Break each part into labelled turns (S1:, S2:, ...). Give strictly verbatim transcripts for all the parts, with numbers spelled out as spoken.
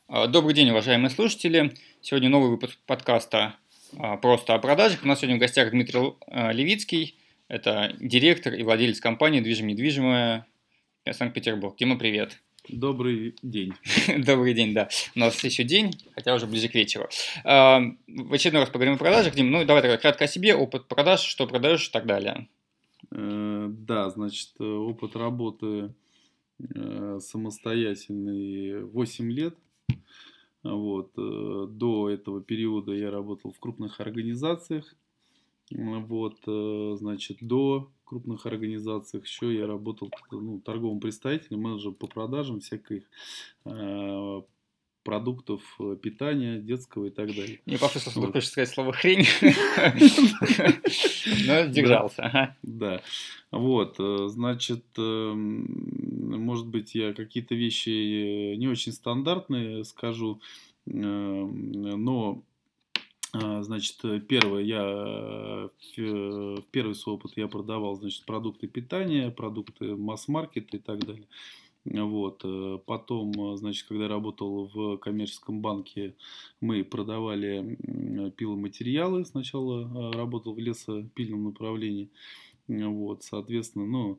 S1: А, Добрый день, уважаемые слушатели. Сегодня новый выпуск подкаста а, «Просто о продажах». У нас сегодня в гостях Дмитрий Л- а, Левицкий. Это директор и владелец компании «Движим-недвижимое» Санкт-Петербург. Дима, привет.
S2: Добрый день.
S1: Добрый день, да. У нас еще день, хотя уже ближе к вечеру. А, В очередной раз поговорим о продажах. Дим, ну давай тогда кратко о себе, опыт продаж, что продаешь и так далее.
S2: Э, Да, значит, э, опыт работы э, самостоятельный восемь лет. Вот. э, До этого периода я работал в крупных организациях. М, Вот, э, значит, до крупных организаций еще я работал ну, торговым представителем, менеджером по продажам всяких э, продуктов э, питания, детского и так далее.
S1: Мне послышалось, что ты
S2: Вот.
S1: хочешь сказать слово «хрень», но
S2: Да,
S1: сдержался. Ага.
S2: да. Вот, э, значит, эм, может быть, я какие-то вещи э, не очень стандартные скажу, эм, но, а, значит, э, первое, я э, в в первый свой опыт я продавал, значит, продукты питания, продукты масс-маркета и так далее. Вот. э, Потом, э, значит, когда я работал в коммерческом банке, мы продавали м, пиломатериалы. Сначала э, работал в лесопильном направлении. Вот, соответственно, ну,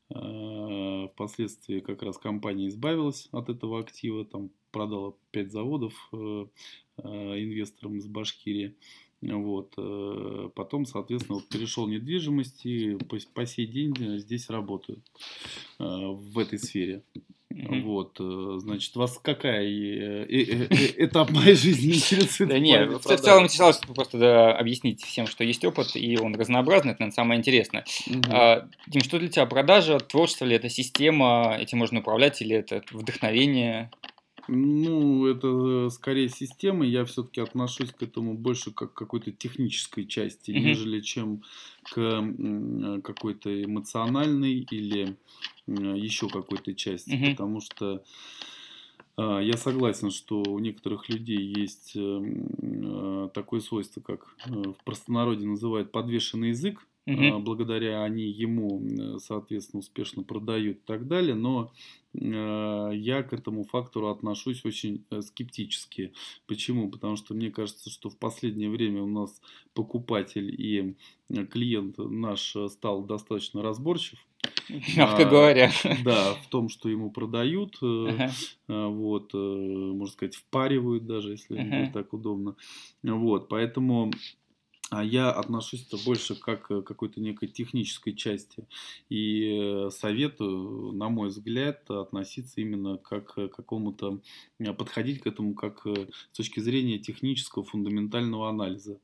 S2: э, впоследствии как раз компания избавилась от этого актива, там продала пять заводов э, э, инвесторам из Башкирии. Вот. э, Потом, соответственно, вот перешел в недвижимость и по, по сей день э, здесь работаю э, в этой сфере.
S1: Мгм.
S2: Вот, э, значит, вас какая э, э, э, этап моей жизни интересует
S1: Да
S2: в
S1: не,
S2: плане
S1: в, в целом
S2: продажи?
S1: интересовалось просто да, объяснить всем, что есть опыт, и он разнообразный, это, наверное, самое интересное.
S2: Мгм.
S1: А, Дим, что для тебя продажа, творчество ли это система, этим можно управлять, или это вдохновение?
S2: Ну, это э, скорее система. Я все-таки отношусь к этому больше как к какой-то технической части,
S1: Мгм,
S2: нежели чем к м, э, какой-то эмоциональной или еще какой-то части.
S1: мгм,
S2: Потому что а, я согласен, что у некоторых людей есть эм, э, такое свойство, как э, в простонародье называют подвешенный язык.
S1: мгм.
S2: А, Благодаря они ему, э, соответственно, успешно продают и так далее. Но э, я к этому фактору отношусь очень э, скептически. Почему? Потому что мне кажется, что в последнее время у нас покупатель и э, клиент наш э, стал достаточно разборчив.
S1: Мягко
S2: А,
S1: говоря.
S2: Да, в том, что ему продают, э,
S1: Ага,
S2: а, вот, э, можно сказать, впаривают даже, если будет
S1: ага.
S2: так удобно. Вот, поэтому а, я отношусь-то больше как к какой-то некой технической части. И э, советую, на мой взгляд, относиться именно как к какому-то, э, подходить к этому как э, с точки зрения технического фундаментального анализа.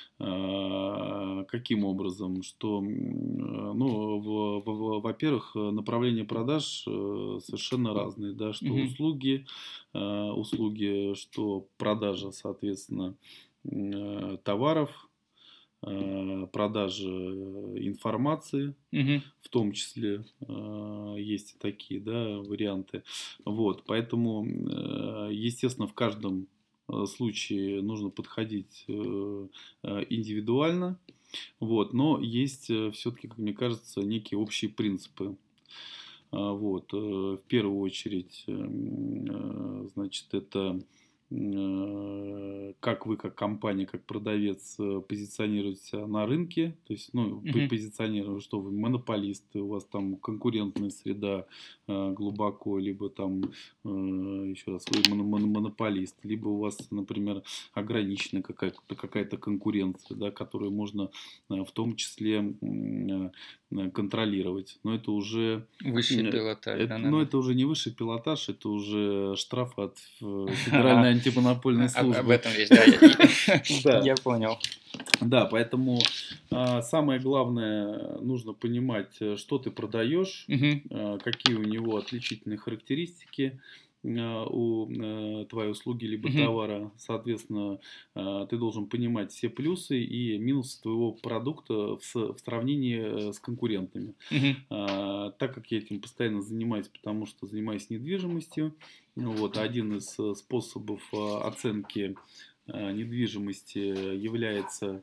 S2: А, Каким образом? Что, м, ну, в- в- во-первых, э, направления продаж э, совершенно разные, да, что
S1: Мгм,
S2: услуги, э, услуги, что продажа, соответственно, м, э, товаров, э, продажа э, информации,
S1: мгм,
S2: в том числе э, есть и такие, да, варианты. Вот, поэтому, э, естественно, в каждом э, случае нужно подходить э, э, индивидуально, вот, но есть все-таки, как мне кажется, некие общие принципы. А, Вот, э, в первую очередь, эм, э, значит, это э, как вы, как компания, как продавец, э, позиционируете себя на рынке, то есть, ну, по-
S1: мгм.
S2: позиционируете, что вы монополисты, у вас там конкурентная среда э, глубоко, либо там, э, еще раз, вы моно- моно- монополист, либо у вас, например, ограниченная какая-то какая-то конкуренция, да, которую можно э, в том числе м, э, контролировать. Но это уже
S1: Высший
S2: М,
S1: пилотаж, да,
S2: это, ну,
S1: наверное.
S2: это уже не высший пилотаж, это уже штраф от э, Федеральной антимонопольной
S1: Об, об
S2: службы.
S1: этом речь, да, я,
S2: Да,
S1: я понял.
S2: да, поэтому а, самое главное, нужно понимать, э, что ты продаешь,
S1: Мгм,
S2: а, какие у него отличительные характеристики а, у э, твоей услуги либо
S1: мгм,
S2: товара. Соответственно, а, ты должен понимать все плюсы и минусы твоего продукта в, с- в сравнении э, с конкурентами.
S1: мгм,
S2: А, Так как я этим постоянно занимаюсь, потому что занимаюсь недвижимостью, вот, один из э, способов а, оценки а, недвижимости является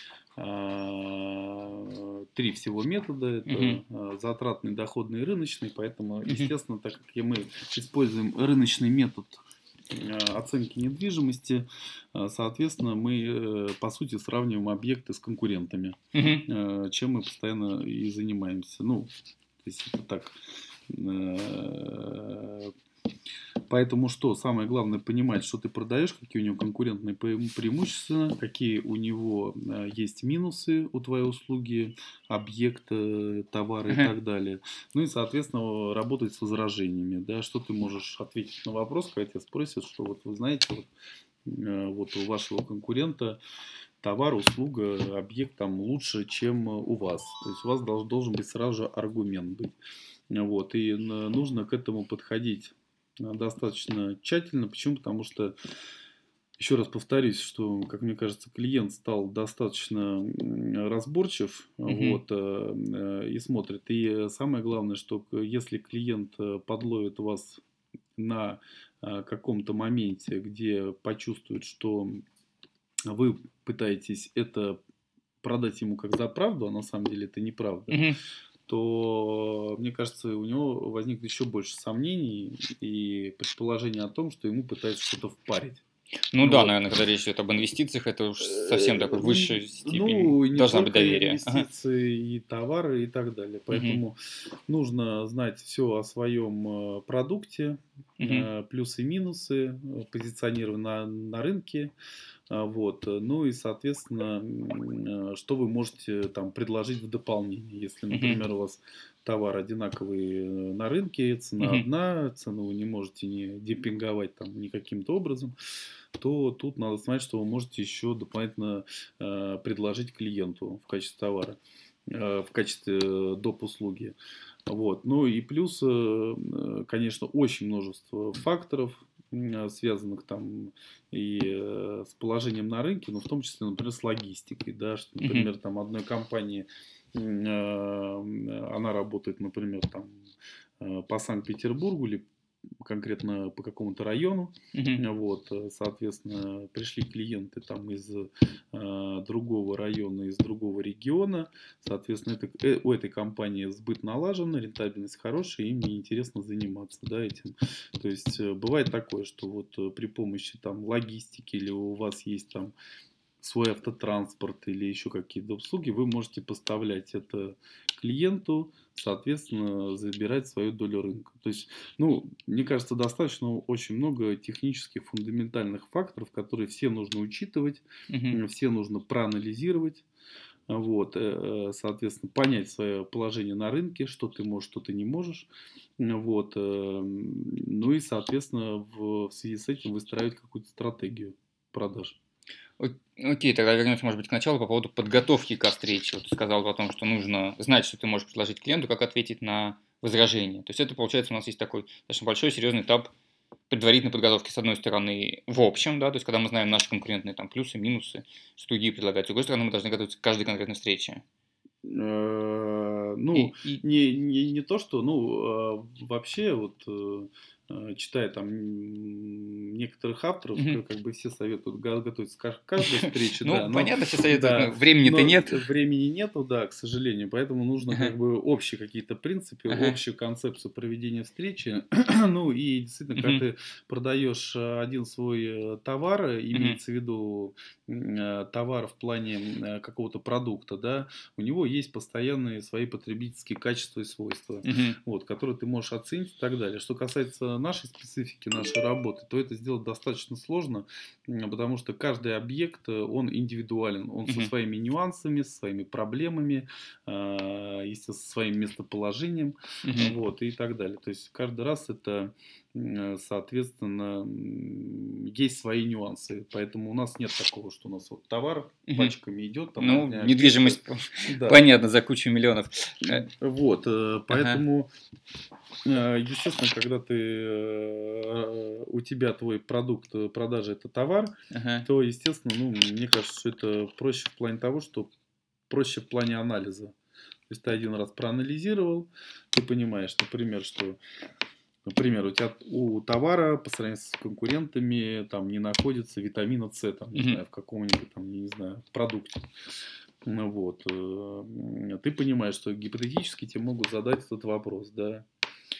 S2: а, три всего метода.
S1: мгм,
S2: Это а, затратный, доходный и рыночный. Поэтому,
S1: мгм.
S2: естественно, так как и мы используем рыночный метод оценки недвижимости, соответственно, мы, по сути, сравниваем объекты с конкурентами,
S1: Мгм.
S2: чем мы постоянно и занимаемся. Ну, то есть это так. Поэтому что? Самое главное понимать, что ты продаешь, какие у него конкурентные преимущества, какие у него есть минусы у твоей услуги, объекта, товара и
S1: Мгм.
S2: так далее. Ну и, соответственно, работать с возражениями. Да? Что ты можешь ответить на вопрос, когда тебя спросят, что вот вы знаете, вот, вот у вашего конкурента товар, услуга, объект там лучше, чем у вас. То есть у вас должен, должен быть сразу же аргумент быть. Вот, и нужно к этому подходить достаточно тщательно. Почему? Потому что, еще раз повторюсь, что, как мне кажется, клиент стал достаточно разборчив,
S1: Мгм.
S2: вот, и смотрит. И самое главное, что если клиент подловит вас на каком-то моменте, где почувствует, что вы пытаетесь это продать ему как за правду, а на самом деле это неправда,
S1: Мгм.
S2: то, мне кажется, у него возникнет еще больше сомнений и предположений о том, что ему пытаются что-то впарить.
S1: Ну да,
S2: Вот.
S1: наверное, когда речь идет об инвестициях, это уж совсем такой высшая степень.
S2: Ну, и не
S1: Должна быть
S2: только
S1: доверие. Ага.
S2: инвестиции, и товары, и так далее.
S1: Мгм.
S2: Поэтому нужно знать все о своем продукте,
S1: Мгм.
S2: плюсы и минусы, позиционирование на, на рынке. Вот. Ну и, соответственно, что вы можете там предложить в дополнение. Если,
S1: Мгм.
S2: например, у вас товар одинаковый на рынке, цена
S1: Мгм.
S2: одна, цену вы не можете не демпинговать там никаким-то образом, то тут надо знать, что вы можете еще дополнительно э, предложить клиенту в качестве товара, э, в качестве доп. Услуги. Вот. Ну и плюс, э, конечно, очень множество факторов, связанных там и э, с положением на рынке, но в том числе, например, с логистикой, да, что,
S1: Мгм.
S2: например, там одной компании э, она работает, например, там э, по Санкт-Петербургу или конкретно по какому-то району,
S1: Мгм.
S2: вот, соответственно, пришли клиенты там из э, другого района, из другого региона, соответственно, это, э, у этой компании сбыт налажен, рентабельность хорошая, им неинтересно заниматься, да, этим. То есть э, бывает такое, что вот э, при помощи там логистики или у вас есть там свой автотранспорт или еще какие-то услуги, вы можете поставлять это клиенту, соответственно, забирать свою долю рынка. То есть, ну, мне кажется, достаточно очень много технических фундаментальных факторов, которые все нужно учитывать,
S1: Мгм.
S2: все нужно проанализировать. Вот, э, соответственно, понять свое положение на рынке, что ты можешь, что ты не можешь. Вот, ну и, соответственно, в связи с этим выстраивать какую-то стратегию продаж.
S1: Окей, тогда вернемся, может быть, к началу по поводу подготовки к встрече. Вот ты сказал о том, что нужно знать, что ты можешь предложить клиенту, как ответить на возражение. То есть это, получается, у нас есть такой достаточно большой, серьезный этап предварительной подготовки, с одной стороны, в общем, да, то есть когда мы знаем наши конкурентные там плюсы, минусы, что другие предлагают, с другой стороны, мы должны готовиться к каждой конкретной встрече.
S2: Э,
S1: И,
S2: Ну,
S1: и...
S2: не, не, не то, что, ну, э, вообще, вот, э, э, читая там м, некоторых авторов,
S1: Мгм.
S2: как, как бы все советуют го- готовиться к каждой встрече, да,
S1: Ну,
S2: но,
S1: понятно, все советуют, но
S2: да,
S1: времени-то
S2: но
S1: нет.
S2: времени нету, да, к сожалению, поэтому нужно
S1: Ага,
S2: как бы общие какие-то принципы,
S1: ага,
S2: общую концепцию проведения встречи, ну, и действительно, когда
S1: мгм,
S2: ты продаешь э, один свой э, товар, э,
S1: мгм,
S2: имеется в виду м, э, товар в плане э, какого-то продукта, да, у него есть постоянные свои потребительские качества и свойства,
S1: мгм,
S2: вот, которые ты можешь оценить и так далее. Что касается нашей специфики, нашей работы, то это сделать достаточно сложно, потому что каждый объект, э, он индивидуален, он со
S1: мгм,
S2: своими нюансами, со своими проблемами, э, естественно, со своим местоположением,
S1: мгм,
S2: вот, и так далее. То есть каждый раз это, соответственно, есть свои нюансы, поэтому у нас нет такого, что у нас вот товар
S1: мгм.
S2: пачками идет, там
S1: Ну,
S2: одни объекты.
S1: недвижимость,
S2: Да,
S1: понятно, за кучу миллионов. Э,
S2: вот, э,
S1: Ага,
S2: поэтому, э, естественно, когда ты, э, у тебя твой продукт э, продажи это товар,
S1: ага,
S2: то, естественно, ну, мне кажется, что это проще в плане того, что проще в плане анализа. То есть ты один раз проанализировал, ты понимаешь, например, что, например, у тебя у товара по сравнению с конкурентами там не находится витамина С, там, не
S1: мгм,
S2: знаю, в каком-нибудь там, я не знаю, продукте. Ну вот, э, ты понимаешь, что гипотетически тебе могут задать этот вопрос, да.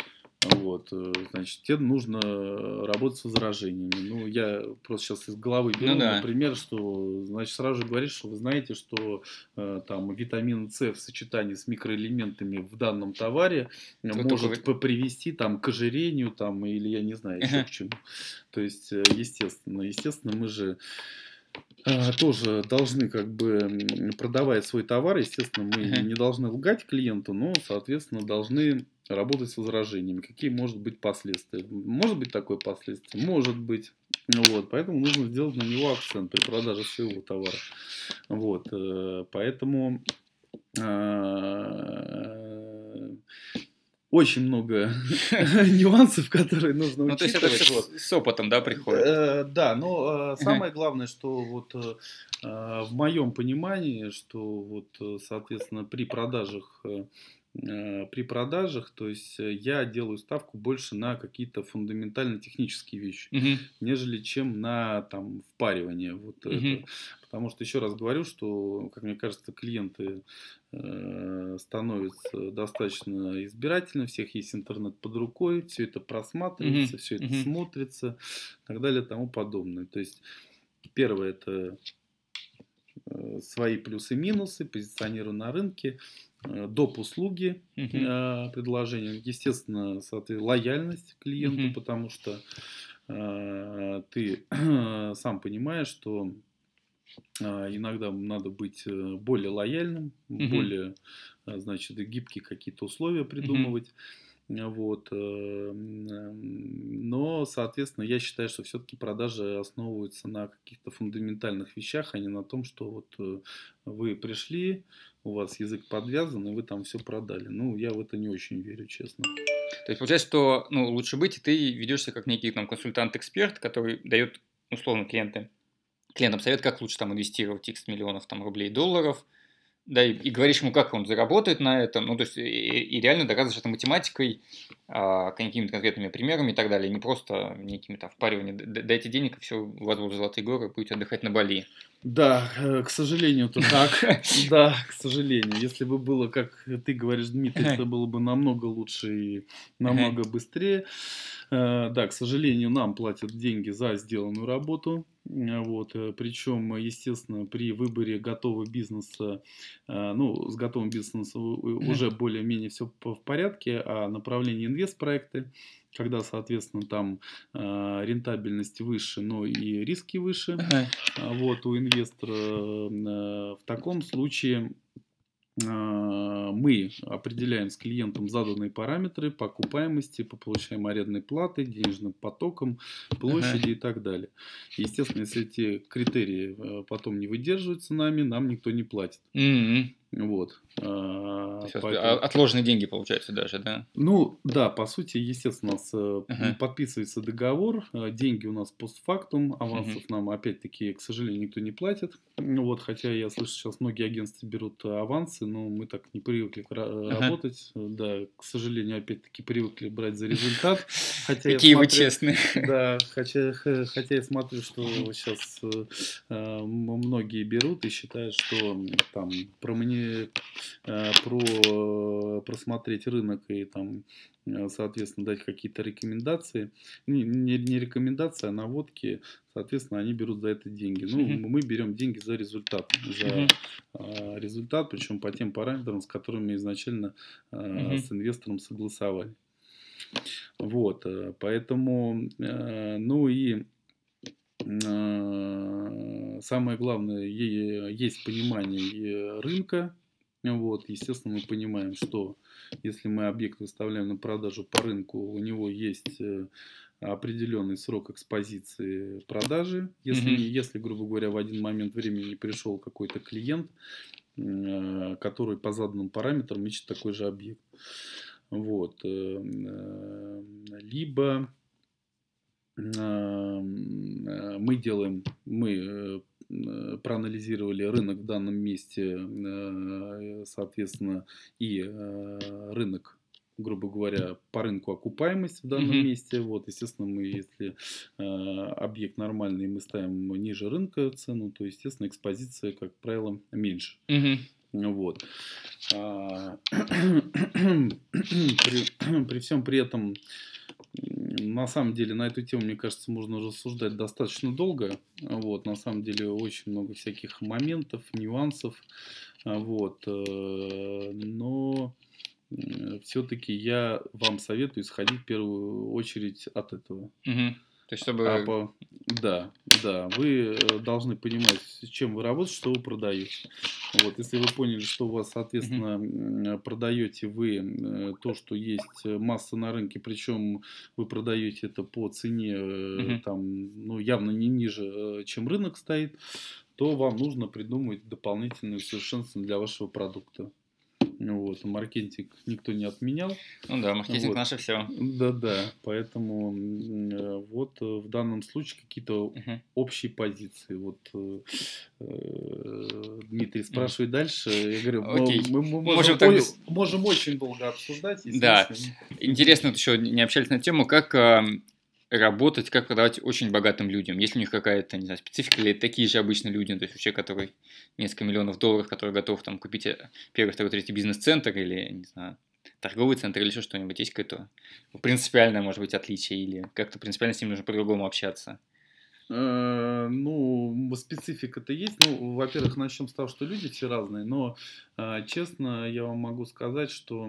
S2: Вот, э, значит, тебе нужно работать с возражениями. Ну, я просто сейчас из головы беру,
S1: Ну да.
S2: например, что, значит, сразу же говоришь, что вы знаете, что э, там витамин С в сочетании с микроэлементами в данном товаре э,
S1: Вот только
S2: может
S1: вы...
S2: п- привести там к ожирению там или я не знаю еще
S1: Ага,
S2: к чему. То есть, э, естественно, естественно, мы же а, тоже должны как бы м, продавать свой товар. Естественно, мы
S1: ага.
S2: не должны лгать клиенту, но, соответственно, должны работать с возражениями. Какие может быть последствия? Может быть такое последствие? Может быть. Ну вот, поэтому нужно сделать на него акцент при продаже своего товара. Вот, э, поэтому а, очень много нюансов, которые нужно
S1: Ну, то есть это
S2: учитывать.
S1: все
S2: Вот.
S1: с, с опытом, да, приходит?
S2: Э, Да, но э,
S1: Ага,
S2: самое главное, что вот э, э, в моем понимании, что вот, э, соответственно, при продажах, э, э, при продажах, то есть э, я делаю ставку больше на какие-то фундаментально-технические вещи,
S1: мгм,
S2: нежели чем на там впаривание. Вот
S1: мгм,
S2: это. Потому что еще раз говорю, что, как мне кажется, клиенты э, становятся достаточно избирательны, у всех есть интернет под рукой, все это
S1: мгм,
S2: просматривается, все это
S1: мгм,
S2: смотрится и так далее и тому подобное. То есть первое это э, свои плюсы-минусы, позиционирую на рынке, э, доп. Услуги
S1: мгм,
S2: э, предложения, естественно, соответственно, лояльность клиенту,
S1: мгм,
S2: потому что э, ты сам понимаешь, что а, иногда надо быть э, более лояльным,
S1: мгм,
S2: более, а, значит, гибкие какие-то условия
S1: мгм.
S2: придумывать. А, Вот. э, м, эм, Но, соответственно, я считаю, что все-таки продажи основываются на каких-то фундаментальных вещах, а не на том, что вот э, вы пришли, у вас язык подвязан, и вы там все продали. Ну, я в это не очень верю, честно.
S1: То есть получается, что ну, лучше быть, и ты ведешься как некий там консультант-эксперт, который дает условно клиенты, клиентам совет, как лучше там инвестировать икс миллионов там, рублей, долларов, да, и, и говоришь ему, как он заработает на этом, ну, то есть, и, и реально доказываешь это математикой, а, какими-то конкретными примерами и так далее, не просто некими там впариванием, Д- д- дайте денег, и все, у вас будут золотые горы, будете отдыхать на Бали.
S2: Да, э, к сожалению, это так. Да, к сожалению. Если бы было, как ты говоришь, Дмитрий, это было бы намного лучше и
S1: Ага,
S2: намного быстрее. Э, Да, к сожалению, нам платят деньги за сделанную работу. Э, Вот. Причем, естественно, при выборе готового бизнеса, э, ну, с готовым бизнесом у-
S1: ага,
S2: уже более-менее все в порядке, а направление инвестпроекты, когда, соответственно, там э, рентабельность выше, но и риски выше,
S1: ага,
S2: а, вот, у инвестора. Э, В таком случае а, мы определяем с клиентом заданные параметры по окупаемости, по получаемой арендной платы, денежным потокам,
S1: ага.
S2: площади и так далее. Естественно, если эти критерии э, потом не выдерживаются нами, нам никто не платит.
S1: М-м.
S2: Вот.
S1: То
S2: А,
S1: есть, а-
S2: Поэтому
S1: отложенные деньги, получается, даже, да?
S2: ну да, по сути, естественно, у нас э,
S1: Ага,
S2: подписывается договор, э, деньги у нас постфактум,
S1: мгм.
S2: авансов нам опять-таки, к сожалению, никто не платит. Ну вот, хотя я слышу, сейчас многие агентства берут э, авансы, но мы так не привыкли ра-
S1: Ага.
S2: работать. Э, Да, к сожалению, опять-таки привыкли брать за результат. Хотя я
S1: Какие вы
S2: смотрю,
S1: честные.
S2: да, хотя, х- хотя я смотрю, что сейчас многие берут и считают, что м, там промани- э, про просмотреть рынок и там, э, соответственно, дать какие-то рекомендации. Не, не, не рекомендации, а наводки. Соответственно, они берут за это деньги. Ну,
S1: Мгм,
S2: мы берем деньги за результат. За
S1: мгм,
S2: э, результат, причем по тем параметрам, с которыми мы изначально э,
S1: мгм,
S2: с инвестором согласовали. Вот, э, поэтому, э, ну и э, самое главное, е- есть понимание э, рынка. Вот, естественно, мы понимаем, что если мы объект выставляем на продажу по рынку, у него есть э, определенный срок экспозиции продажи. Если, не,
S1: мгм,
S2: если, грубо говоря, в один момент времени пришел какой-то клиент, э, который по заданным параметрам ищет такой же объект. Вот. э, э, Либо Ам, э, мы делаем, мы э, э, проанализировали рынок в данном месте, э, соответственно, и э, рынок, грубо говоря, по рынку окупаемость в данном
S1: мгм.
S2: месте. Вот, естественно, мы, если э, объект нормальный, мы ставим ниже рынка цену, то, естественно, экспозиция, как правило, меньше.
S1: Мгм.
S2: Вот. А, При, при всем при этом, м, на самом деле, на эту тему, мне кажется, можно рассуждать достаточно долго. Вот, на самом деле, очень много всяких моментов, нюансов. А, Вот, э, но все-таки я вам советую исходить в первую очередь от этого.
S1: Мгм. То есть,
S2: А
S1: чтобы...
S2: по... Да, да, вы э, должны понимать, с чем вы работаете, что вы продаете. Вот, если вы поняли, что у вас,
S1: Мгм.
S2: соответственно, м, продаете вы э, то, что есть э, масса на рынке, причем вы продаете это по цене э,
S1: Мгм.
S2: там, ну, явно не ниже, э, чем рынок стоит, то вам нужно придумать дополнительные усовершенствования для вашего продукта. Вот, маркетинг никто не отменял.
S1: Ну да, маркетинг
S2: Вот.
S1: наше все.
S2: Да-да, поэтому м, э, вот э, в данном случае какие-то общие позиции. Вот э, э, Дмитрий спрашивает дальше. Я говорю, мы,
S1: Окей.
S2: мы- мы можем,
S1: Можем так
S2: ой,
S1: без...
S2: можем очень долго обсуждать, есть
S1: Да.
S2: смысл.
S1: Интересно, вот еще не общались на тему, как а, работать, как продавать очень богатым людям. Есть ли у них какая-то, не знаю, специфика, или это такие же обычные люди, то есть человек, который несколько миллионов долларов, который готов там купить э, первый, второй, третий бизнес-центр или, не знаю, торговый центр или еще что-нибудь. Есть какое-то принципиальное, может быть, отличие или как-то принципиально с ним нужно по-другому общаться?
S2: Э, Ну, специфика-то есть. Ну, во-первых, начнем с того, что люди все разные, но э, честно я вам могу сказать, что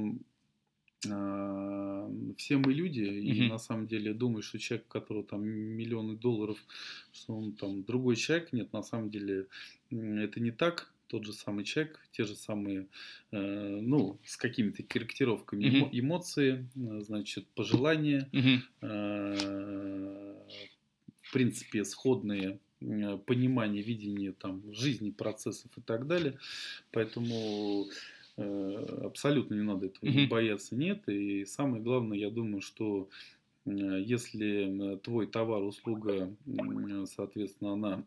S2: а, все мы люди, и
S1: Мгм.
S2: на самом деле думаешь, что человек, у которого там миллионы долларов, что он там другой человек. Нет, на самом деле м, это не так. Тот же самый человек, те же самые, э, ну, с какими-то корректировками эмо-
S1: Мгм.
S2: эмоции, э, значит, пожелания,
S1: Мгм.
S2: э, в принципе, сходные э, понимания, видения там жизни, процессов и так далее. Поэтому э, абсолютно не надо этого
S1: Мгм.
S2: бояться, нет. И самое главное, я думаю, что э, если э, твой товар, услуга, м, соответственно, она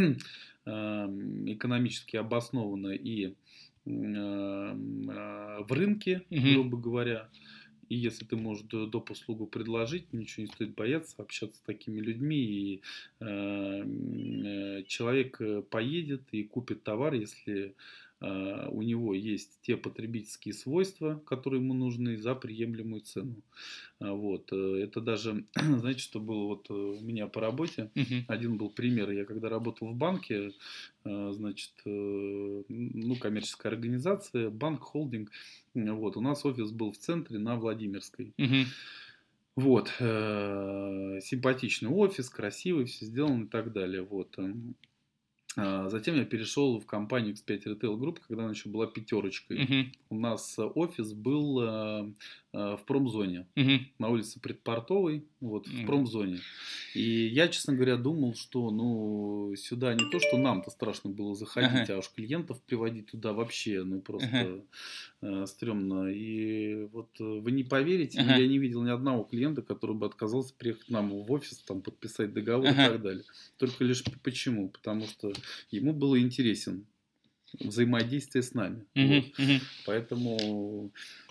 S2: эм, экономически обоснована и м, э, в рынке,
S1: Мгм.
S2: грубо говоря, и если ты можешь до- доп. Услугу предложить, ничего не стоит бояться общаться с такими людьми. И э, м, э, человек э, поедет и купит товар, если э, у него есть те потребительские свойства, которые ему нужны, за приемлемую цену. А, Вот. э, Это даже, знаете, что было вот э, у меня по работе.
S1: Мгм.
S2: Один был пример. Я когда работал в банке, э, значит, э, ну, коммерческая организация, банк, холдинг. м, Вот. У нас офис был в центре на Владимирской.
S1: Мгм.
S2: Вот. э, Симпатичный офис, красивый, все сделано и так далее. Вот. эм. А, Затем я перешел в компанию икс пять Retail Group, когда она еще была пятерочкой.
S1: Мгм.
S2: У нас э, офис был э, э, в промзоне,
S1: Мгм.
S2: на улице Предпортовой, вот, в
S1: М,
S2: промзоне. И я, честно говоря, думал, что ну, сюда не то, что нам-то страшно было заходить,
S1: Ага.
S2: а уж клиентов приводить туда вообще, ну,
S1: Ага.
S2: просто э, стрёмно. И вот э, вы не поверите, но я
S1: Ага.
S2: не видел ни одного клиента, который бы отказался приехать к нам в офис, там, подписать договор и
S1: Ага.
S2: так далее. Только лишь п- почему? Потому что ему было интересен взаимодействие с нами.
S1: Мгм.
S2: Вот.
S1: Мгм.
S2: Поэтому,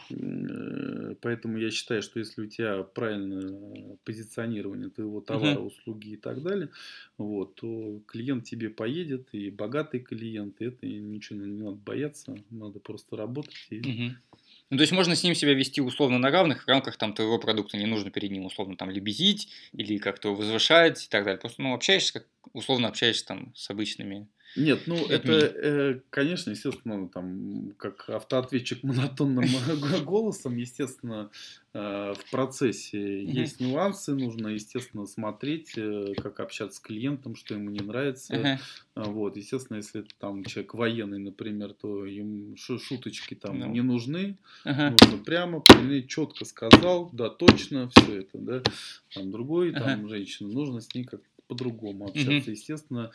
S2: э, поэтому я считаю, что если у тебя правильное позиционирование твоего товара,
S1: Мгм.
S2: услуги и так далее, вот, то клиент тебе поедет, и богатый клиент, и это ничего не надо бояться, надо просто работать. И...
S1: Мгм. Ну, то есть можно с ним себя вести условно на равных в рамках там твоего продукта, не нужно перед ним условно там лебезить или как-то возвышать и так далее. Просто, ну, общаешься, как условно общаешься там с обычными
S2: Нет, ну это,
S1: людьми.
S2: э, конечно, естественно, там, как автоответчик монотонным голосом, естественно, э, в процессе
S1: Мгм.
S2: есть нюансы, нужно, естественно, смотреть, э, как общаться с клиентом, что ему не нравится.
S1: Ага.
S2: А, Вот, естественно, если это там человек военный, например, то ему шу- шуточки там
S1: Ну.
S2: не нужны,
S1: Ага.
S2: нужно прямо, четко сказал, да, точно, все это, да. Там другой,
S1: Ага.
S2: там женщина, нужно с ней как-то по-другому
S1: Мгм.
S2: общаться, естественно,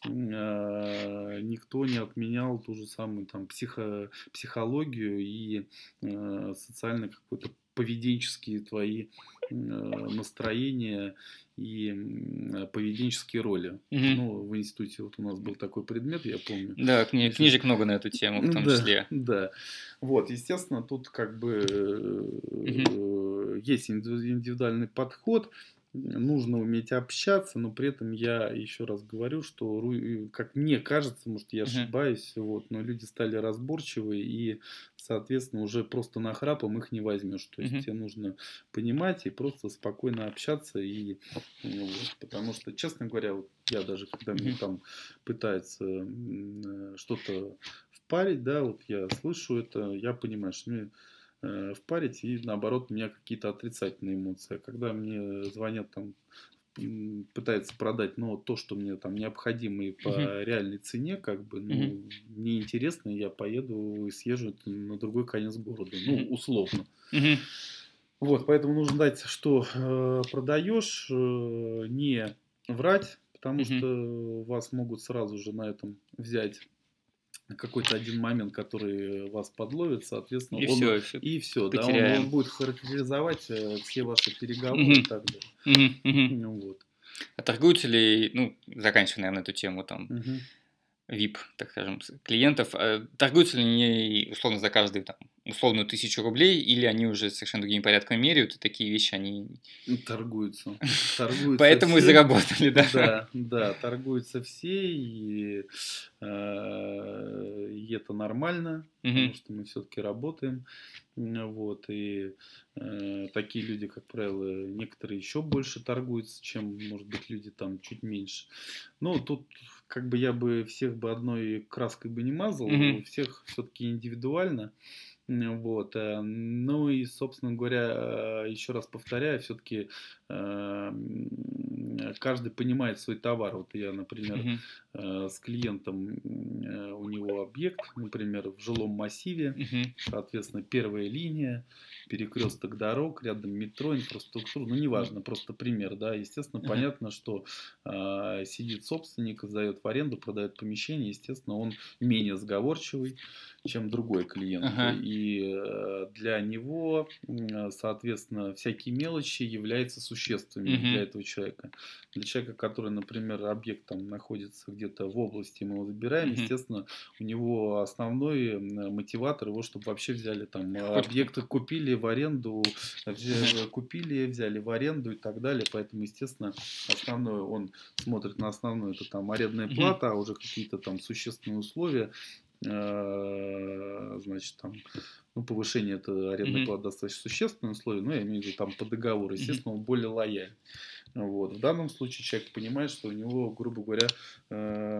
S2: э, никто не отменял ту же самую там психо, психологию и э, социально какой-то поведенческие твои э, настроения и м, поведенческие роли.
S1: Мгм.
S2: Ну, в институте вот у нас был такой предмет, я помню.
S1: Да, кни-
S2: Если...
S1: книжек много на эту тему в том
S2: Да,
S1: числе.
S2: да. Вот, естественно, тут как бы
S1: Мгм.
S2: э, есть инди- индивидуальный подход. нужно уметь общаться, но при этом я еще раз говорю, что, ру- как мне кажется, может, я
S1: Мгм.
S2: ошибаюсь, вот, но люди стали разборчивые, и, соответственно, уже просто нахрапом их не возьмешь. То есть
S1: Мгм.
S2: тебе нужно понимать и просто спокойно общаться. И, ну, вот, потому что, честно говоря, вот я даже, когда мне
S1: Мгм.
S2: там пытаются м, э, что-то впарить, да, вот я слышу это, я понимаю, что мне э, впарить, и наоборот у меня какие-то отрицательные эмоции. А когда мне звонят там, м, пытаются продать, но то, что мне там необходимо и
S1: Мгм.
S2: по реальной цене, как бы,
S1: Мгм.
S2: ну, мне интересно, я поеду и съезжу на другой конец города, ну,
S1: Мгм.
S2: условно.
S1: Мгм.
S2: Вот, поэтому нужно дать, что э, продаешь, э, не врать, потому
S1: Мгм.
S2: что вас могут сразу же на этом взять какой-то один момент, который вас подловит, соответственно,
S1: И
S2: он
S1: все, все
S2: и все, да, он, он
S1: потеряем.
S2: будет характеризовать э, все ваши переговоры и
S1: Мгм.
S2: так далее.
S1: Мгм. Мгм.
S2: Ну вот.
S1: А торгуются ли, ну, заканчивая, наверное, эту тему, там,
S2: Мгм.
S1: V I P, так скажем, с- клиентов, а торгуются ли они, условно, за каждую, там, условную тысячу рублей, или они уже совершенно другими порядками меряют, и такие вещи, они
S2: Ну, торгуются. Торгуются
S1: поэтому и
S2: все.
S1: заработали, да?
S2: Да, да, торгуются все, и, э, и это нормально,
S1: Мгм.
S2: потому что мы все-таки работаем. М, Вот, и э, такие люди, как правило, некоторые еще больше торгуются, чем, может быть, люди там чуть меньше. Ну, тут как бы я бы всех бы одной краской бы не мазал, у
S1: Мгм.
S2: всех все-таки индивидуально. М, Вот. э, Ну и, собственно говоря, э, еще раз повторяю, все-таки каждый понимает свой товар. Вот я, например,
S1: Мгм.
S2: э, с клиентом, м, э, у него объект, например, в жилом массиве,
S1: Мгм.
S2: соответственно, первая линия, перекресток дорог, рядом метро, инфраструктура, ну, неважно, просто пример, да, естественно,
S1: Ага.
S2: понятно, что э, сидит собственник, сдает в аренду, продает помещение, естественно, он менее сговорчивый, чем другой клиент.
S1: Ага.
S2: И э, для него, м, соответственно, всякие мелочи являются существенными для
S1: Мгм.
S2: этого человека. Для человека, который, например, объект там находится где-то в области, мы его забираем,
S1: Мгм.
S2: естественно, у него основной м, мотиватор его, чтобы вообще взяли там э,
S1: Хоть
S2: объекты, купили в аренду,
S1: Мгм.
S2: взя- купили, взяли в аренду и так далее. Поэтому, естественно, основное он смотрит на основное, это там арендная
S1: Мгм.
S2: плата, а уже какие-то там существенные условия, э, значит, там, ну, повышение это арендной
S1: Мгм.
S2: платы достаточно существенное условие, но я имею в виду там по договору,
S1: Мгм.
S2: естественно, он более лояльный. Вот. В данном случае человек понимает, что у него, грубо говоря, э,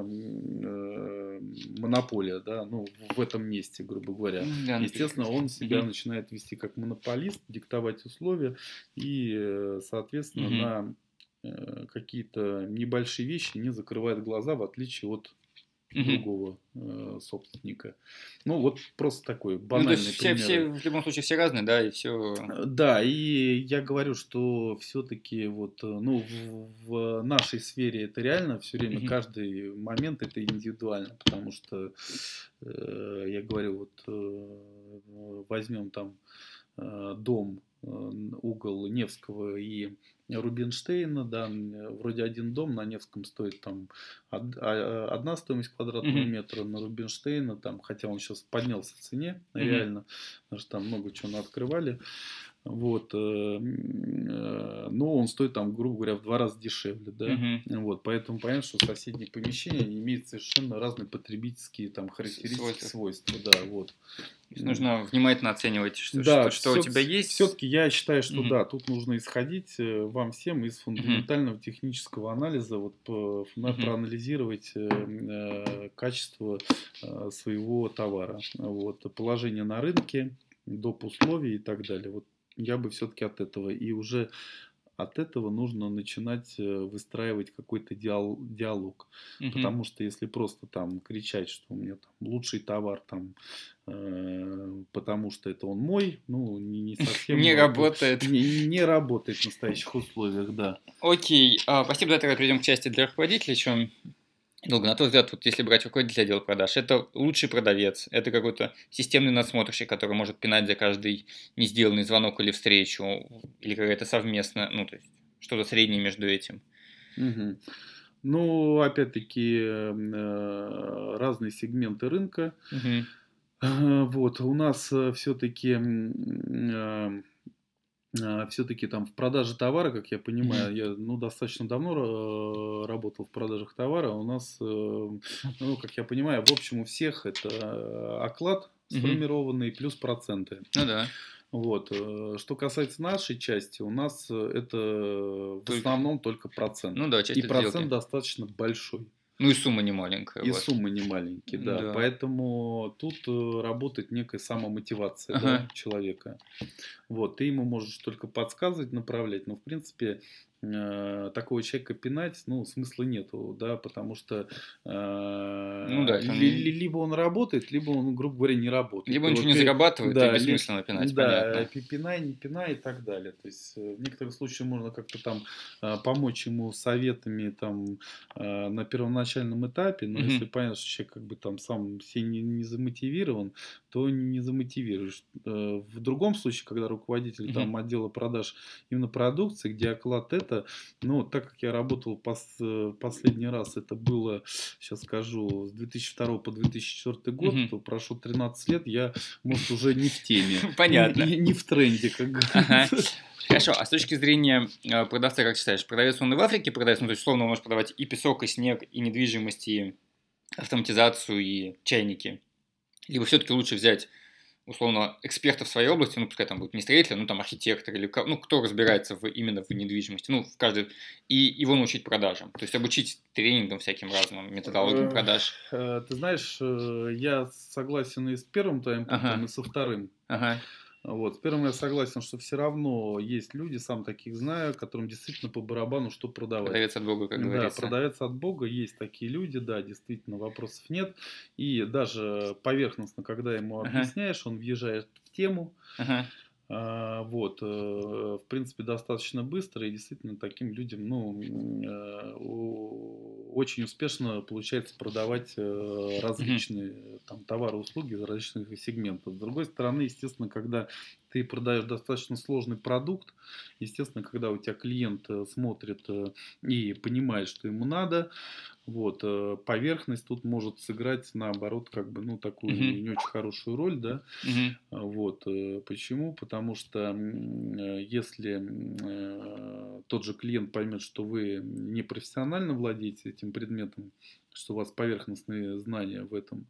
S2: э, монополия, да, ну, в этом месте, грубо говоря.
S1: Ну да, на
S2: Естественно, он
S1: перекрестке.
S2: себя
S1: Мгм.
S2: начинает вести как монополист, диктовать условия и, э, соответственно,
S1: Мгм.
S2: на э, какие-то небольшие вещи не закрывает глаза, в отличие от
S1: Мгм.
S2: другого э, собственника. Ну, вот просто такой
S1: Ну, то есть
S2: банальный
S1: все,
S2: пример.
S1: все в любом случае все разные, да, и все.
S2: Э, Да, и я говорю, что все-таки вот, э, ну, в, в нашей сфере это реально все время, каждый момент это индивидуально, потому что, э, я говорю, вот э, возьмем там э, дом, э, угол Невского и Рубинштейна, да, м, вроде один дом на Невском стоит там од- а- а, одна стоимость квадратного метра, на Рубинштейна там, хотя он сейчас поднялся в цене, реально, потому что там много чего открывали, вот, э, м, э, но он стоит там, грубо говоря, в два раза дешевле, да, вот, поэтому понятно, что соседние помещения имеют совершенно разные потребительские там характеристики,
S1: Свойства.
S2: свойства, да, вот.
S1: То есть нужно внимательно оценивать, что, что,
S2: Да,
S1: что у
S2: все,
S1: тебя есть.
S2: все-таки я считаю, что
S1: Мгм.
S2: да, тут нужно исходить э, вам всем из
S1: Мгм.
S2: фундаментального технического анализа, вот по- на-
S1: Мгм.
S2: проанализировать э, э, качество э, своего товара, вот, положение на рынке, доп. Условий и так далее. Вот я бы все-таки от этого и уже от этого нужно начинать э, выстраивать какой-то диал- диалог.
S1: Мгм.
S2: Потому что если просто там кричать, что у меня там лучший товар, там, э, потому что это он мой, ну, не, не совсем
S1: Не
S2: э, по-
S1: работает.
S2: не, не работает в настоящих условиях, да.
S1: Окей, а, спасибо, давай тогда перейдем к части для руководителей. Еще долго, на твой взгляд, вот если брать руководителя отдела продаж, это лучший продавец, это какой-то системный надсмотрщик, который может пинать за каждый не сделанный звонок или встречу, или какая-то совместная, ну, то есть что-то среднее между этим.
S2: Мгм. Ну, опять-таки, э, разные сегменты рынка.
S1: Мгм.
S2: Э, Вот, у нас все-таки все-таки там в продаже товара, как я понимаю, я ну, достаточно давно э, работал в продажах товара. У нас, э, ну, как я понимаю, в общем у всех это оклад
S1: Мгм.
S2: сформированный плюс проценты.
S1: Ну да.
S2: Вот. э, Что касается нашей части, у нас э, это в
S1: Только...
S2: основном только процент.
S1: Ну да,
S2: И
S1: часть от
S2: процент
S1: сделки.
S2: достаточно большой.
S1: Ну и сумма не маленькая у
S2: И
S1: вас.
S2: суммы не маленькие, да.
S1: Да.
S2: Поэтому тут э, работает некая самомотивация, да,
S1: Ага.
S2: человека. Вот, ты ему можешь только подсказывать, направлять, но в принципе э, такого человека пинать, ну, смысла нету, да, потому что
S1: Ну
S2: э,
S1: да, если он
S2: ли-
S1: не...
S2: ли- либо он работает, либо он, грубо говоря, не работает.
S1: Либо
S2: И
S1: он ничего
S2: вот,
S1: не
S2: пи-
S1: зарабатывает, и
S2: да, ли-
S1: бессмысленно пинать,
S2: да,
S1: понятно.
S2: пи- пинай, не пинай и так далее. То есть э, в некоторых случаях можно как-то там э, помочь ему советами там э, на первоначальном этапе, но если
S1: Мгм.
S2: понятно, что человек как бы там сам себе не, не замотивирован, то не замотивируешь. Э, В другом случае, когда руководитель
S1: Мгм.
S2: там отдела продаж именно продукции, где оклад это, ну, так как я работал пос- э, последний раз, это было, сейчас скажу, с две тысячи второго по две тысячи четвёртый год,
S1: Мгм.
S2: то прошло тринадцать лет, я, может, уже не в теме,
S1: Понятно.
S2: не, не в тренде, как
S1: Ага.
S2: говорится.
S1: Хорошо, а с точки зрения э, продавца, как считаешь, продавец он и в Африке продается, ну, то есть, условно, он может продавать и песок, и снег, и недвижимость, и автоматизацию, и чайники? Либо все-таки лучше взять, условно, эксперта в своей области, ну, пускай там будет не строитель, ну, там, архитектор, или ко- ну, кто разбирается в, именно в недвижимости, ну, в каждой, и его научить продажам, то есть обучить тренингам всяким разным, методологиям
S2: Э,
S1: продаж.
S2: э, Ты знаешь, э, я согласен и с первым твоим пунктом,
S1: Ага,
S2: и со вторым.
S1: ага,
S2: Вот. С первым я согласен, что все равно есть люди, сам таких знаю, которым действительно по барабану что продавать.
S1: продавец от Бога, как
S2: Да,
S1: говорится.
S2: продавец от Бога, есть такие люди, да, действительно, вопросов нет. И даже поверхностно, когда ему
S1: Ага,
S2: объясняешь, он въезжает в тему.
S1: ага,
S2: А, Вот, э, в принципе, достаточно быстро, и действительно таким людям, ну, м, э, у- очень успешно получается продавать э,
S1: мгм,
S2: различные там товары, услуги из различных сегментов. С другой стороны, естественно, когда ты продаешь достаточно сложный продукт, естественно, когда у тебя клиент э, смотрит э, и понимает, что ему надо, вот, э, поверхность тут может сыграть, наоборот, как бы, ну, такую
S1: мгм,
S2: не, не очень хорошую роль, да.
S1: мгм,
S2: А, Вот. э, Почему? Потому что м, э, если м, э, тот же клиент поймет, что вы не профессионально владеете этим предметом, что у вас поверхностные знания в этом,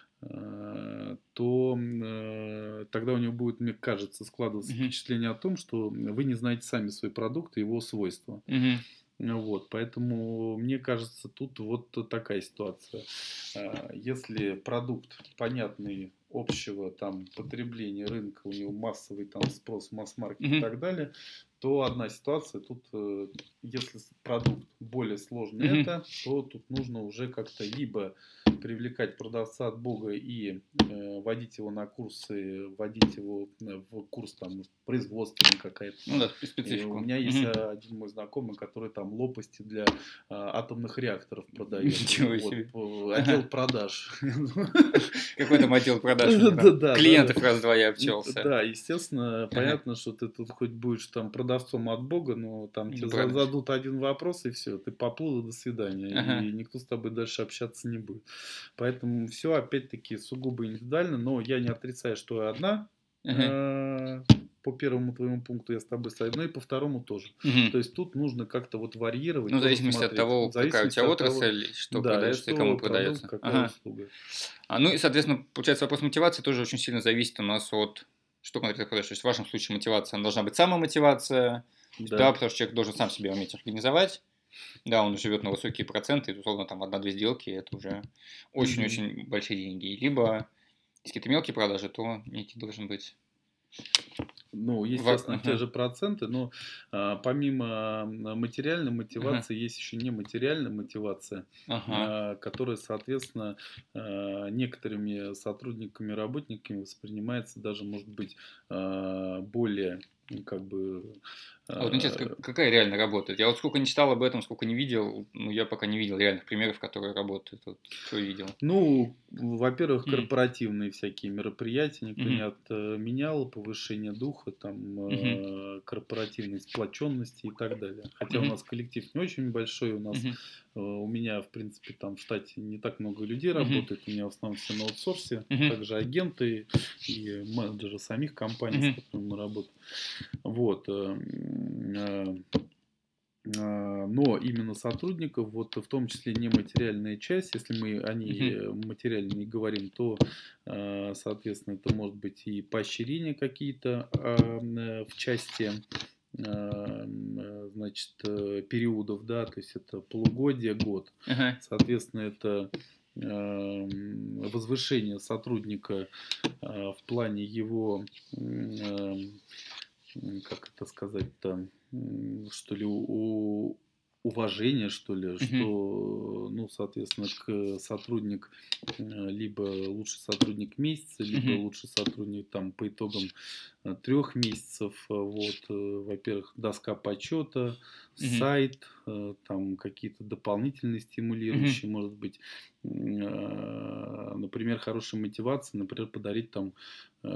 S2: э, то м, э, тогда у него будет, мне кажется, складываться
S1: мгм,
S2: впечатление о том, что вы не знаете сами свой продукт и его свойства.
S1: мгм,
S2: Ну Вот, поэтому мне кажется, тут вот такая ситуация. А, Если продукт понятный общего там потребления рынка, у него массовый там спрос, масс-маркет и
S1: мгм,
S2: так далее, то одна ситуация. Тут, э, если продукт более сложный
S1: мгм.
S2: это, то тут нужно уже как-то либо привлекать продавца от Бога и э, водить его на курсы, вводить его э, в курс там производственный какая-то
S1: Ну
S2: там.
S1: да, спе-
S2: И у
S1: специфику.
S2: меня есть
S1: Мгм.
S2: а, один мой знакомый, который там лопасти для а, атомных реакторов продает.
S1: Ничего
S2: Вот,
S1: себе.
S2: по- отдел
S1: Ага.
S2: продаж.
S1: Какой там отдел продаж у
S2: Да,
S1: них там?
S2: да, да, да.
S1: Клиентов раз-два я обчелся.
S2: Да, естественно,
S1: Ага.
S2: понятно, что ты тут хоть будешь там продавцом от Бога, но там
S1: Не
S2: тебе за-
S1: продашь.
S2: зададут один вопрос, и все, ты поплыл, и до свидания,
S1: Ага.
S2: и никто с тобой дальше общаться не будет. Поэтому все, опять-таки, сугубо индивидуально, но я не отрицаю, что одна
S1: Ага.
S2: э, по первому твоему пункту я с тобой согласен, но и по второму тоже.
S1: Мгм.
S2: То есть тут нужно как-то вот варьировать,
S1: Ну, в
S2: тоже
S1: зависимости от
S2: смотреть.
S1: того,
S2: В
S1: какая у
S2: зависимости
S1: тебя
S2: от того,
S1: отрасль, что
S2: да, и
S1: продается и кому
S2: что продукт,
S1: продается.
S2: какая
S1: Ага.
S2: услуга.
S1: А, ну и, соответственно, получается, вопрос мотивации тоже очень сильно зависит у нас от, что конкретно продаешь. То есть в вашем случае мотивация, она должна быть самомотивация, да,
S2: Да.
S1: потому что человек должен сам себя уметь организовать. Да, он живет на высокие проценты, и, условно, там одна-две сделки, это уже
S2: Мгм.
S1: очень-очень большие деньги. Либо, если какие-то мелкие продажи, то некий должен быть...
S2: Ну,
S1: ва-
S2: естественно, те
S1: Ага,
S2: же проценты, но а, помимо м, материальной
S1: ага,
S2: мотивации есть еще нематериальная мотивация,
S1: ага.
S2: а, которая, соответственно, а, некоторыми сотрудниками, работниками воспринимается даже, может быть, а, более, ну, как бы,
S1: А вот интересно,
S2: а,
S1: как- какая реально работает? Я вот сколько не читал об этом, сколько не видел, ну, я пока не видел реальных примеров, которые работают. Вот, что видел?
S2: ну, во-первых,
S1: М,
S2: корпоративные всякие мероприятия никто не
S1: мгм,
S2: отменял, повышение духа, там,
S1: мгм,
S2: э, корпоративной сплоченности и так далее. Хотя у
S1: мгм,
S2: нас коллектив не очень большой, у нас
S1: мгм.
S2: у меня, в принципе, там в штате не так много людей
S1: Мгм.
S2: работает, у меня в основном все на аутсорсе,
S1: Мгм.
S2: также агенты и менеджеры самих компаний, с
S1: Мгм.
S2: которыми мы работаем. Вот. э, м, э, а, Но именно сотрудников, вот в том числе нематериальная часть, если мы о ней
S1: Мгм.
S2: э, материально не говорим, то, э, соответственно, это может быть и поощрения какие-то а, м, э, в части а, м, э, значит, э, периодов, да, то есть это полугодие, год.
S1: Ага.
S2: Соответственно, это а, м, возвышение сотрудника а, в плане его, м, эм, м, как это сказать-то, м, что ли, у, уважение, что ли,
S1: Мгм.
S2: что, ну, соответственно, к сотрудник, э, либо лучший сотрудник месяца, либо
S1: Мгм.
S2: лучший сотрудник там по итогам э, трех месяцев, э, вот, э, во-первых, доска почета,
S1: Мгм.
S2: сайт, э, там какие-то дополнительные
S1: Мгм.
S2: стимулирующие, может быть, м, э, например, хорошая мотивация, например, подарить там э,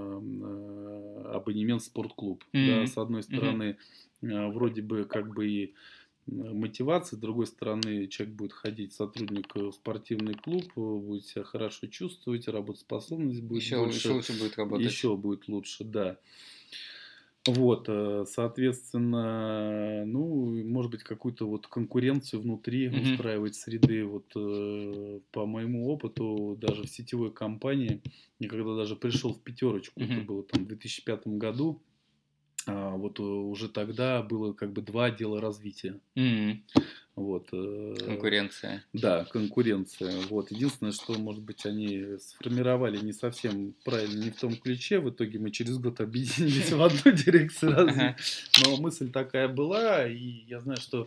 S2: э, абонемент в спортклуб, да,
S1: М.
S2: с одной
S1: Мгм.
S2: стороны, э, вроде бы как бы и э, мотивация, с другой стороны, человек будет ходить, сотрудник, э, в спортивный клуб, э, будет себя хорошо чувствовать, работоспособность будет
S1: Еще, еще
S2: больше,
S1: лучше будет работать.
S2: еще будет лучше, да. Вот, э, соответственно, ну, может быть, какую-то вот конкуренцию внутри
S1: Мгм.
S2: устраивать среды. Вот э, по моему опыту, даже в сетевой компании, я когда даже пришел в пятерочку, это
S1: Мгм.
S2: было там в две тысячи пятом году, а, вот э, уже тогда было как бы два отдела развития.
S1: М.
S2: Вот, э,
S1: Конкуренция.
S2: да, конкуренция. Вот. Единственное, что, может быть, они сформировали не совсем правильно, не в том ключе. В итоге мы через год объединились в одну дирекцию развития.
S1: Ага.
S2: Но мысль такая была, и я знаю, что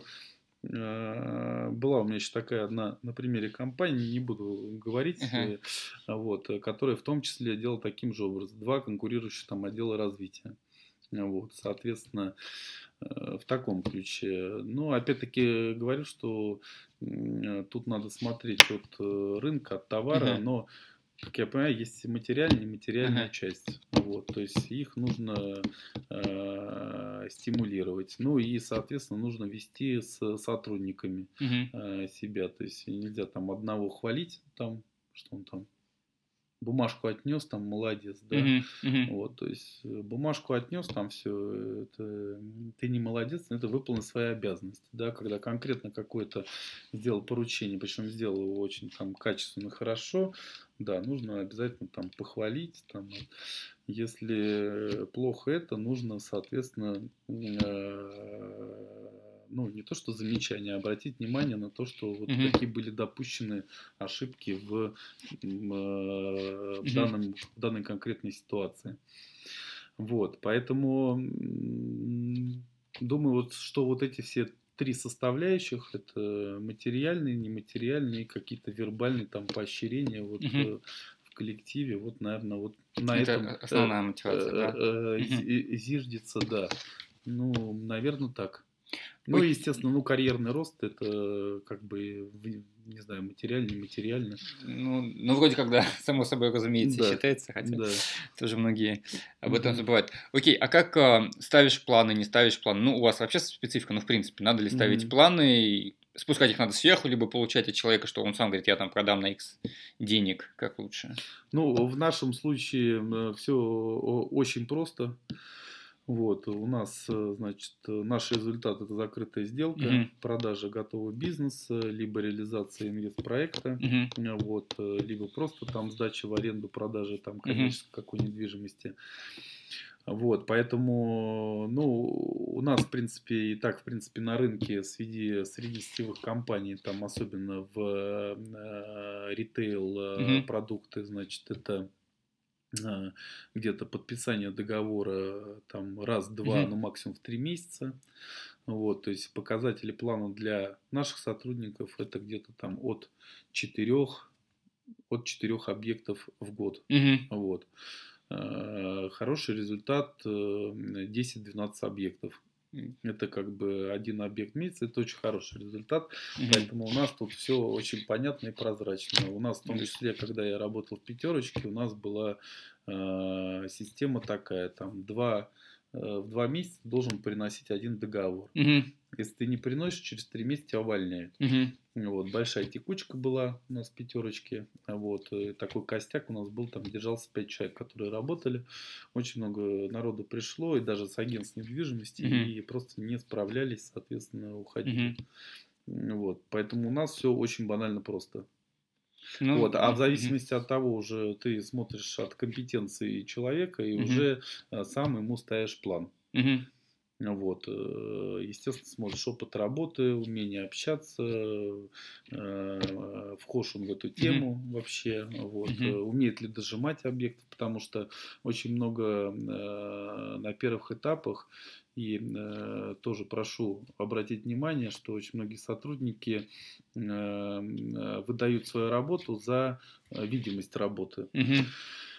S2: э, была у меня еще такая одна на примере компании, не буду говорить,
S1: Ага.
S2: э, вот, э, которая в том числе делала таким же образом. Два конкурирующих там отдела развития. Вот, соответственно, э, в таком ключе. Но опять-таки говорю, что м, э, тут надо смотреть от э, рынка, от товара,
S1: Мгм.
S2: но, как я понимаю, есть материальная и нематериальная
S1: Ага.
S2: часть. Вот, то есть их нужно э, стимулировать. Ну и, соответственно, нужно вести с сотрудниками
S1: Мгм.
S2: э, себя. То есть нельзя там одного хвалить, там, что он там бумажку отнес, там молодец, да.
S1: Мгм. Мгм.
S2: Вот, то есть э, бумажку отнес, там все, это, м, ты не молодец, но это выполнил свои обязанности, да, когда конкретно какое-то сделал поручение, причем сделал его очень там качественно, хорошо, да, нужно обязательно там похвалить, там, если плохо это, нужно, соответственно, э, ну, не то что замечание, а обратить внимание на то, что вот
S1: Мгм.
S2: какие были допущены ошибки в, м, э, в
S1: Мгм.
S2: данном, в данной конкретной ситуации. Вот, поэтому м, думаю, вот, что вот эти все три составляющих, это материальные, нематериальные, какие-то вербальные там поощрения вот
S1: Мгм.
S2: э, в коллективе, вот, наверное, вот на
S1: Это
S2: этом
S1: о-
S2: э,
S1: основная мотивация, да?
S2: э, э,
S1: Мгм.
S2: зи- зиждется, да. Ну, наверное, так. Ну, и,
S1: Ой,
S2: естественно, ну, карьерный рост, это как бы, в- не знаю, материально, нематериально.
S1: ну, ну, вроде как, да, само собой, разумеется,
S2: Да,
S1: считается, хотя
S2: да.
S1: тоже многие об этом
S2: Мгм,
S1: забывают. Окей, а как а, ставишь планы, не ставишь планы? Ну, у вас вообще специфика, ну, в принципе, надо ли ставить
S2: мгм.
S1: планы, и спускать их надо сверху, либо получать от человека, что он сам говорит, я там продам на X денег, как лучше?
S2: Ну, в нашем случае все очень просто. Вот, у нас, э, значит, э, наш результат это закрытая сделка,
S1: Мгм.
S2: продажа готового бизнеса, либо реализация инвестпроекта,
S1: Мгм.
S2: э, вот, э, либо просто там сдача в аренду, продажа там
S1: Мгм.
S2: коммерческой какой недвижимости. Вот, поэтому, ну, у нас, в принципе, и так, в принципе, на рынке среди, среди сетевых компаний, там, особенно в э, ритейл э,
S1: Мгм.
S2: продукты, значит, это э, где-то подписание договора там раз-два,
S1: Мгм.
S2: ну, максимум в три месяца. Вот, то есть показатели плана для наших сотрудников это где-то там от четырех, от четырех объектов в год.
S1: Мгм.
S2: Вот. Э, Хороший результат э, десять-двенадцать объектов. Это как бы один объект в месяц, это очень хороший результат.
S1: Мгм.
S2: Поэтому у нас тут все очень понятно и прозрачно. У нас в
S1: Ну,
S2: том
S1: то есть,
S2: числе, когда я работал в пятерочке, у нас была э, система такая, там два, э, в два месяца должен приносить один договор.
S1: мгм.
S2: Если ты не приносишь, через три месяца тебя увольняют.
S1: Мгм.
S2: Вот, большая текучка была у нас в пятерочке. Вот, и такой костяк у нас был, там держался пять человек, которые работали. Очень много народу пришло, и даже с агентств недвижимости,
S1: Мгм.
S2: и просто не справлялись, соответственно, уходили.
S1: Мгм.
S2: М, Вот, поэтому у нас все очень банально просто.
S1: Ну,
S2: Вот, а в
S1: м, мгм.
S2: зависимости от того уже ты смотришь от компетенции человека и
S1: Мгм.
S2: уже э, сам ему ставишь план.
S1: Мгм.
S2: Вот, э, естественно, смотришь опыт работы, умение общаться, э, вхож он в эту
S1: Мгм.
S2: тему вообще, вот, э,
S1: Мгм.
S2: умеет ли дожимать объект, потому что очень много э, на первых этапах, и э, тоже прошу обратить внимание, что очень многие сотрудники э, э, выдают свою работу за э, видимость работы.
S1: Мгм.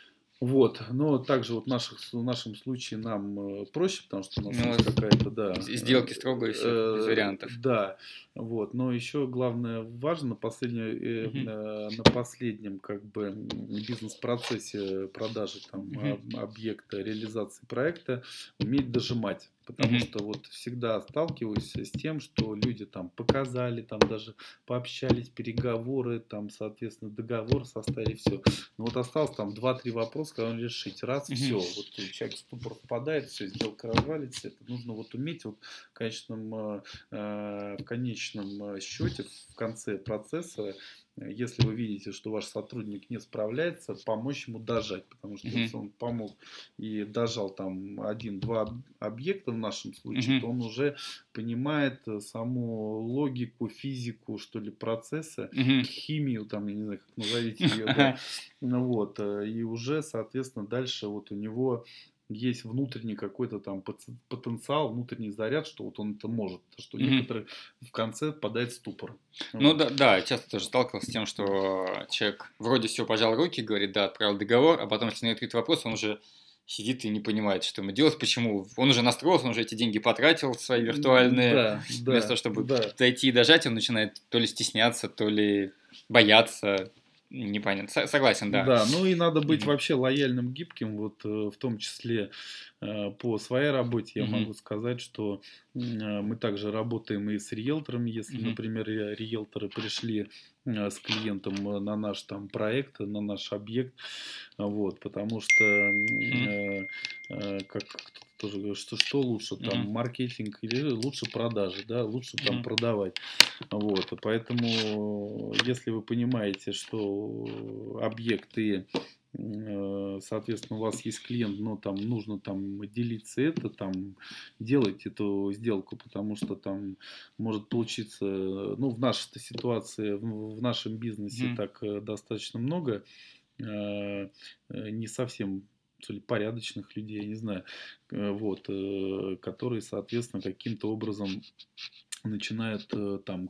S2: Вот, но также вот в, наших, в нашем случае нам э, проще, потому что у нас
S1: Ну, у
S2: есть
S1: вас
S2: какая-то, да,
S1: с-
S2: э,
S1: сделки строго и все, без
S2: э,
S1: вариантов.
S2: да, вот, но еще главное важно на последнем, э,
S1: Мгм.
S2: э, на последнем как бы м, бизнес-процессе продажи там
S1: Мгм.
S2: об- объекта, реализации проекта уметь дожимать. Потому
S1: Мгм.
S2: что вот всегда сталкиваюсь с тем, что люди там показали, там даже пообщались, переговоры, там, соответственно, договор составили, все. Ну вот осталось там два-три вопроса, когда он решить. Раз,
S1: Мгм.
S2: все. Вот человек в ступор впадает, все, сделка развалится. Это нужно вот уметь вот в конечном, э, э, в конечном э, счете, в конце процесса, э, если вы видите, что ваш сотрудник не справляется, помочь ему дожать. Потому что
S1: Мгм.
S2: если он помог и дожал там один-два объекта в нашем случае,
S1: Мгм.
S2: то он уже понимает э, саму логику, физику, что ли, процесса,
S1: Мгм.
S2: химию, там, я не знаю, как назовите ее, да. Ну вот, э, и уже, соответственно, дальше вот у него есть внутренний какой-то там поц- потенциал, внутренний заряд, что вот он это может, что
S1: Мгм.
S2: некоторые в конце впадают в ступор.
S1: Ну
S2: Вот.
S1: да, да, часто тоже сталкивался с тем, что человек вроде все пожал руки, говорит, да, отправил договор, а потом, если на этот вопрос, он уже сидит и не понимает, что ему делать, почему. Он уже настроился, он уже эти деньги потратил свои
S2: М,
S1: виртуальные,
S2: Да,
S1: вместо того,
S2: да,
S1: чтобы
S2: да.
S1: дойти и дожать, он начинает то ли стесняться, то ли бояться. Непонятно. Со- Согласен, да.
S2: Да, ну и надо быть
S1: Мгм.
S2: вообще лояльным, гибким, вот э, в том числе э, по своей работе я
S1: Мгм.
S2: могу сказать, что м, э, мы также работаем и с риэлторами, если,
S1: Мгм.
S2: например, ри- риэлторы пришли э, с клиентом э, на наш там проект, на наш объект, вот, потому что м,
S1: Мгм.
S2: э, э, как кто-то тоже говорит, что что лучше, там
S1: Мгм.
S2: маркетинг или лучше продажи, да, лучше там
S1: Мгм.
S2: продавать. Вот, и поэтому, если вы понимаете, что объект и, э, соответственно, у вас есть клиент, но там нужно там делиться это, там делать эту сделку, потому что там может получиться, ну, в нашей ситуации, в, в нашем бизнесе
S1: Мгм.
S2: так э, достаточно много э, э, не совсем что ли, порядочных людей, я не знаю, э, вот, э, которые, соответственно, каким-то образом начинают э, там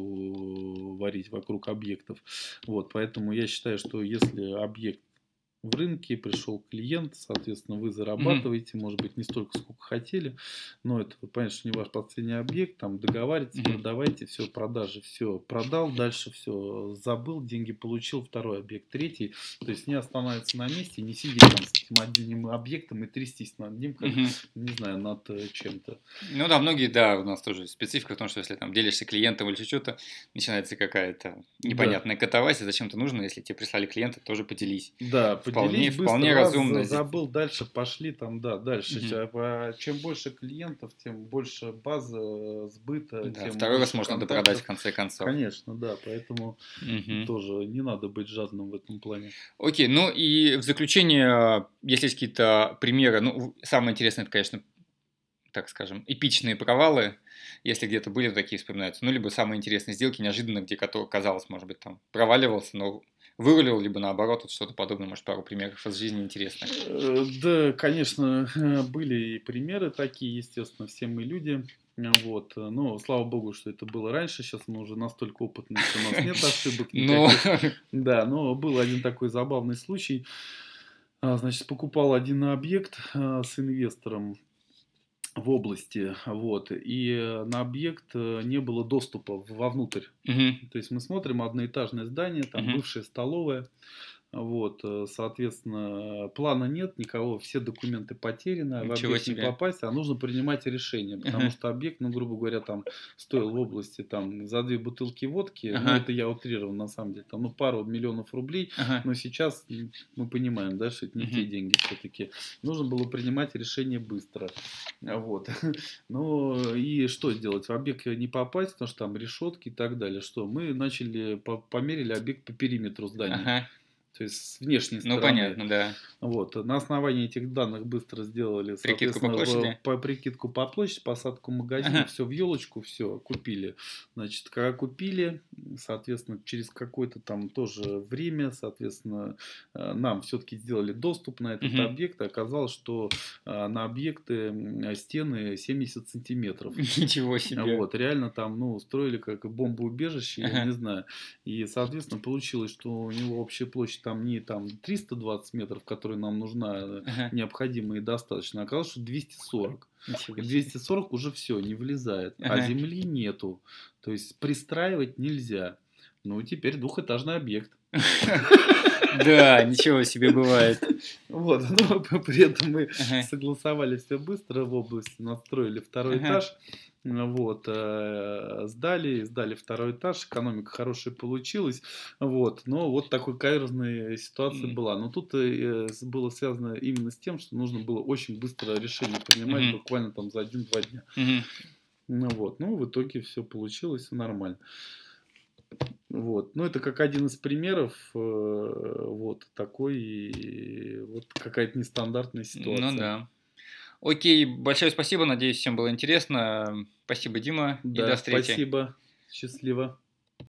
S2: кашу варить вокруг объектов. Вот, поэтому я считаю, что если объект в рынке, пришел клиент, соответственно, вы
S1: Мгм.
S2: зарабатываете, может быть, не столько, сколько хотели, но это, понятно, что не ваш последний объект, там, договаривайтесь,
S1: Мгм.
S2: продавайте, все, продажи, все, продал, дальше все, забыл, деньги получил, второй объект, третий, то есть не останавливаться на месте, не сидеть там с этим одним объектом и трястись над ним, как,
S1: Мгм.
S2: не знаю, над э, чем-то.
S1: Ну да, многие, да, у нас тоже специфика в том, что если там делишься клиентом или что-то, начинается какая-то
S2: Да.
S1: непонятная катавасия, зачем это нужно, если тебе прислали клиента, тоже поделись.
S2: Да,
S1: Вполне,
S2: поделись быстро,
S1: вполне
S2: раз, за-
S1: разумно. Здесь.
S2: забыл, дальше пошли там, да, дальше.
S1: Мгм.
S2: Ща, а Чем больше клиентов, тем больше база э, сбыта,
S1: Да,
S2: тем
S1: второй раз
S2: больше
S1: можно допродать
S2: контактов.
S1: в конце концов.
S2: Конечно, да, поэтому
S1: Мгм.
S2: тоже не надо быть жадным в этом плане.
S1: Окей, ну и в заключение, если есть какие-то примеры, ну, самое интересное, это, конечно, так скажем, эпичные провалы, если где-то были такие, вспоминаются, ну, либо самые интересные сделки, неожиданно, где кото- казалось, может быть, там проваливался, но вырулил, либо наоборот, вот что-то подобное, может, пару примеров из жизни интересных.
S2: Э, Да, конечно, были и примеры такие, естественно, все мы люди. э, Вот. э, Но слава богу, что это было раньше. Сейчас мы уже настолько опытные, что у нас нет ошибок
S1: Но...
S2: никаких. Да, но был один такой забавный случай. А, Значит, покупал один объект а, с инвестором в области, вот, и э, на объект э, не было доступа в- вовнутрь.
S1: Мгм.
S2: То есть мы смотрим одноэтажное здание, там
S1: Мгм.
S2: бывшая столовая, Вот, э, соответственно, плана нет, никого, все документы потеряны, в
S1: Ничего
S2: объект не
S1: себе.
S2: попасть, а нужно принимать решение, потому
S1: Ага.
S2: что объект, ну, грубо говоря, там стоил в области там за две бутылки водки, ну,
S1: Ага.
S2: это я утрировал на самом деле, там, ну, пару миллионов рублей,
S1: Ага.
S2: но сейчас м, мы понимаем, да, что это не те
S1: Мгм.
S2: деньги все-таки. Нужно было принимать решение быстро. Вот. Ну, и что делать? В объект не попасть, потому что там решетки и так далее. Что? Мы начали, по- померили объект по периметру здания.
S1: Ага.
S2: То есть с внешней
S1: Ну,
S2: стороны.
S1: понятно, да.
S2: Вот. На основании этих данных быстро сделали,
S1: Прикидку по
S2: соответственно, в,
S1: площади.
S2: по прикидку по площади, посадку магазина,
S1: Ага.
S2: все в елочку, все купили. Значит, когда купили, соответственно, через какое-то там тоже время, соответственно, э, нам все-таки сделали доступ на этот
S1: Мгм.
S2: объект. И оказалось, что э, на объекты м, стены семьдесят сантиметров.
S1: Ничего себе.
S2: Вот, реально там, ну, устроили как бомбоубежище, я
S1: Ага.
S2: не знаю. И, соответственно, получилось, что у него общая площадь там не там триста двадцать метров, которая нам нужна, э,
S1: Ага.
S2: необходима и достаточно, а оказалось, что двести сорок.
S1: Ничего
S2: И
S1: себе.
S2: двести сорок уже все, не влезает. А
S1: Ага.
S2: земли нету. То есть пристраивать нельзя. Ну, теперь двухэтажный объект.
S1: Да, ничего себе бывает.
S2: Вот, но при этом мы
S1: Ага.
S2: согласовали все быстро в области, настроили второй
S1: Ага.
S2: этаж, м, вот, э, сдали, сдали второй этаж, экономика хорошая получилась, вот, но вот такой каверзная ситуация
S1: М.
S2: была. Но тут э, с- было связано именно с тем, что нужно было очень быстро решение принимать,
S1: Мгм.
S2: буквально там за один-два дня.
S1: Мгм.
S2: Ну вот, ну в итоге все получилось, всё нормально. Вот. Ну, это как один из примеров, э, вот такой, и вот какая-то нестандартная
S1: Ну
S2: ситуация.
S1: да. Окей, большое спасибо. Надеюсь, всем было интересно. Спасибо, Дима, и до
S2: Да,
S1: встречи.
S2: спасибо, счастливо.